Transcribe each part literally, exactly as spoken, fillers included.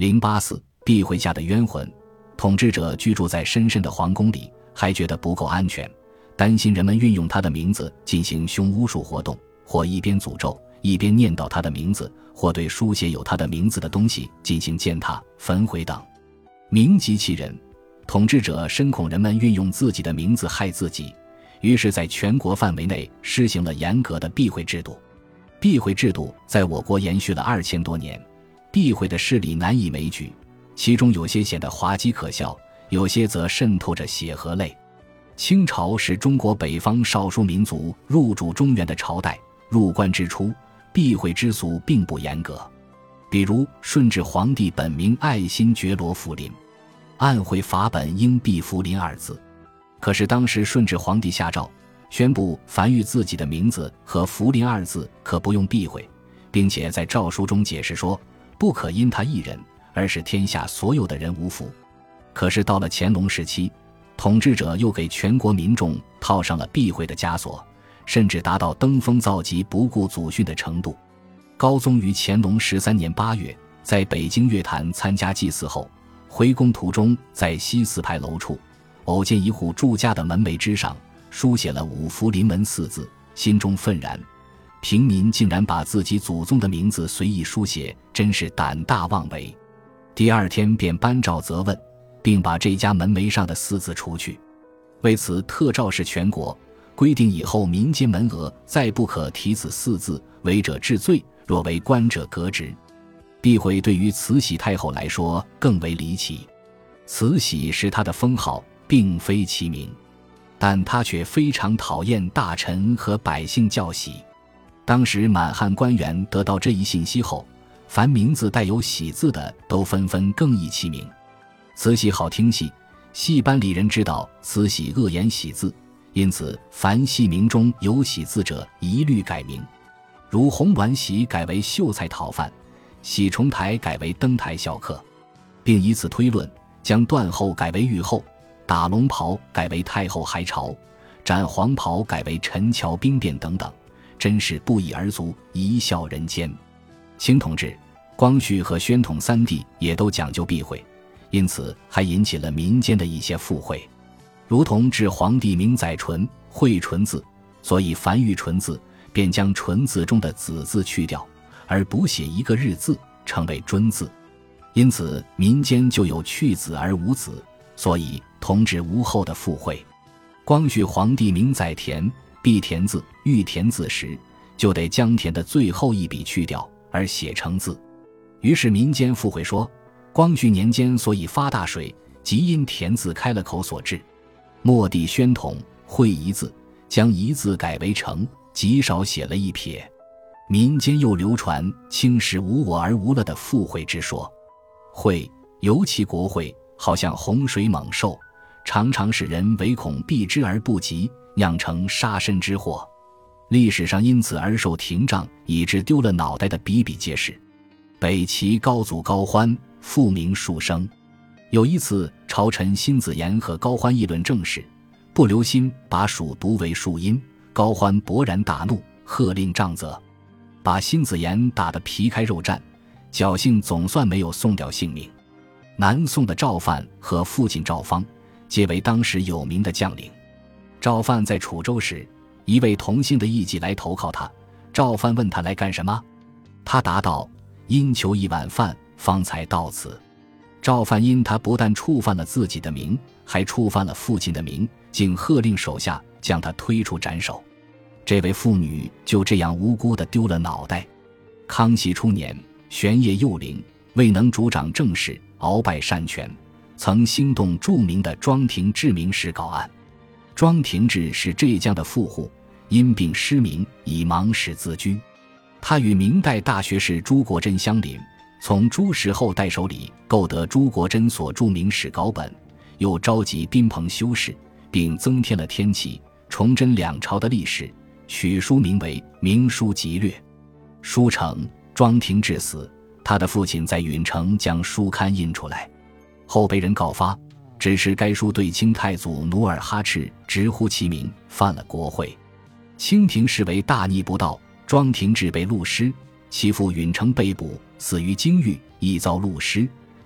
零八四避讳下的冤魂，统治者居住在深深的皇宫里，还觉得不够安全，担心人们运用他的名字进行凶巫术活动，或一边诅咒一边念叨他的名字，或对书写有他的名字的东西进行践踏、焚毁等。名及其人，统治者深恐人们运用自己的名字害自己，于是在全国范围内施行了严格的避讳制度。避讳制度在我国延续了二千多年，避讳的事例难以枚举，其中有些显得滑稽可笑，有些则渗透着血和泪。清朝是中国北方少数民族入主中原的朝代，入关之初，避讳之俗并不严格。比如顺治皇帝本名爱新觉罗福临，按会法本应避福临二字。可是当时顺治皇帝下诏，宣布凡遇自己的名字和福临二字可不用避讳，并且在诏书中解释说，不可因他一人，而使天下所有的人无福。可是到了乾隆时期，统治者又给全国民众套上了避讳的枷锁，甚至达到登峰造极、不顾祖训的程度。高宗于乾隆十三年八月在北京月坛参加祭祀后，回宫途中在西四牌楼处偶见一户住家的门楣之上书写了五福临门四字，心中愤然，平民竟然把自己祖宗的名字随意书写，真是胆大妄为。第二天便颁诏责问，并把这家门楣上的四字除去。为此特诏示全国，规定以后民间门额再不可题此四字，违者治罪，若为官者革职。避讳对于慈禧太后来说更为离奇，慈禧是她的封号，并非其名，但她却非常讨厌大臣和百姓叫喜。当时满汉官员得到这一信息后，凡名字带有喜字的都纷纷更易其名。慈禧好听戏，戏班里人知道慈禧恶言喜字，因此凡戏名中有喜字者一律改名，如红鸾喜改为秀才讨饭，喜重台改为登台笑客，并以此推论，将断后改为御后，打龙袍改为太后还朝，斩黄袍改为陈桥兵变等等，真是不一而足，贻笑人间。清统治，光绪和宣统三帝也都讲究避讳，因此还引起了民间的一些附会，如同至皇帝名载纯，讳纯字，所以凡遇纯字，便将纯字中的子字去掉，而补写一个日字，成为尊字。因此民间就有去子而无子，所以同治无后的附会。光绪皇帝名载田，避田字、遇田字时，就得将田的最后一笔去掉，而写成字。于是民间附会说，光绪年间所以发大水，即因田字开了口所致。末帝宣统讳一字，将一字改为成，极少写了一撇。民间又流传清时无我而无了的附会之说。会，尤其国会，好像洪水猛兽，常常使人唯恐避之而不及，酿成杀身之祸。历史上因此而受廷杖，以致丢了脑袋的比比皆是。北齐高祖高欢复名树生，有一次朝臣辛子言和高欢议论政事，不留心把蜀读为树音，高欢勃然大怒，喝令杖责，把辛子言打得皮开肉绽，侥幸总算没有送掉性命。南宋的赵范和父亲赵方皆为当时有名的将领。赵范在楚州时，一位同姓的义妓来投靠他，赵范问他来干什么，他答道，因求一碗饭，方才到此。赵范因他不但触犯了自己的名，还触犯了父亲的名，竟喝令手下将他推出斩首。这位妇女就这样无辜地丢了脑袋。康熙初年，玄烨幼龄，未能主掌政事，鳌拜擅权，曾兴动著名的庄廷治明史稿案。庄廷治是浙江的富户，因病失明，以盲史自居。他与明代大学士朱国珍相邻，从朱时厚代手里购得朱国珍所著名史稿本，又召集宾朋修饰，并增添了天启、崇祯两朝的历史，取书名为《明书集略》。书成，庄廷治死，他的父亲在允城将书刊印出来，后被人告发，只是该书对清太祖努尔哈赤直呼其名，犯了国讳。清廷视为大逆不道，庄廷治被戮尸，其父允城被捕，死于京狱，亦遭戮尸。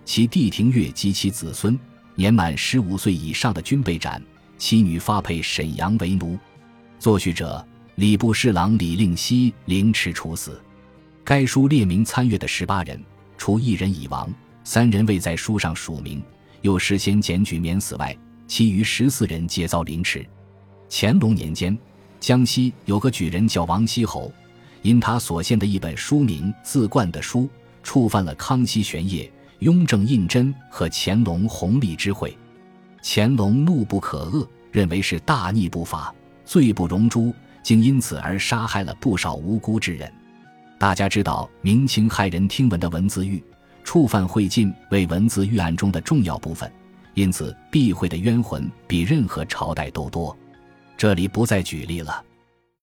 其弟廷岳及其子孙年满十五岁以上的均被斩，其女发配沈阳为奴。作序者礼部侍郎李令熙凌迟处死。该书列明参阅的十八人，除一人已亡，三人未在书上署名，又事先检举免死外，其余十四人皆遭凌迟。乾隆年间，江西有个举人叫王锡侯，因他所献的一本书名自冠的书，触犯了康熙玄烨、雍正胤禛和乾隆弘历之讳。乾隆怒不可遏，认为是大逆不法，罪不容诛，竟因此而杀害了不少无辜之人。大家知道明清骇人听闻的文字狱，触犯会禁为文字狱案中的重要部分，因此避讳的冤魂比任何朝代都多。这里不再举例了。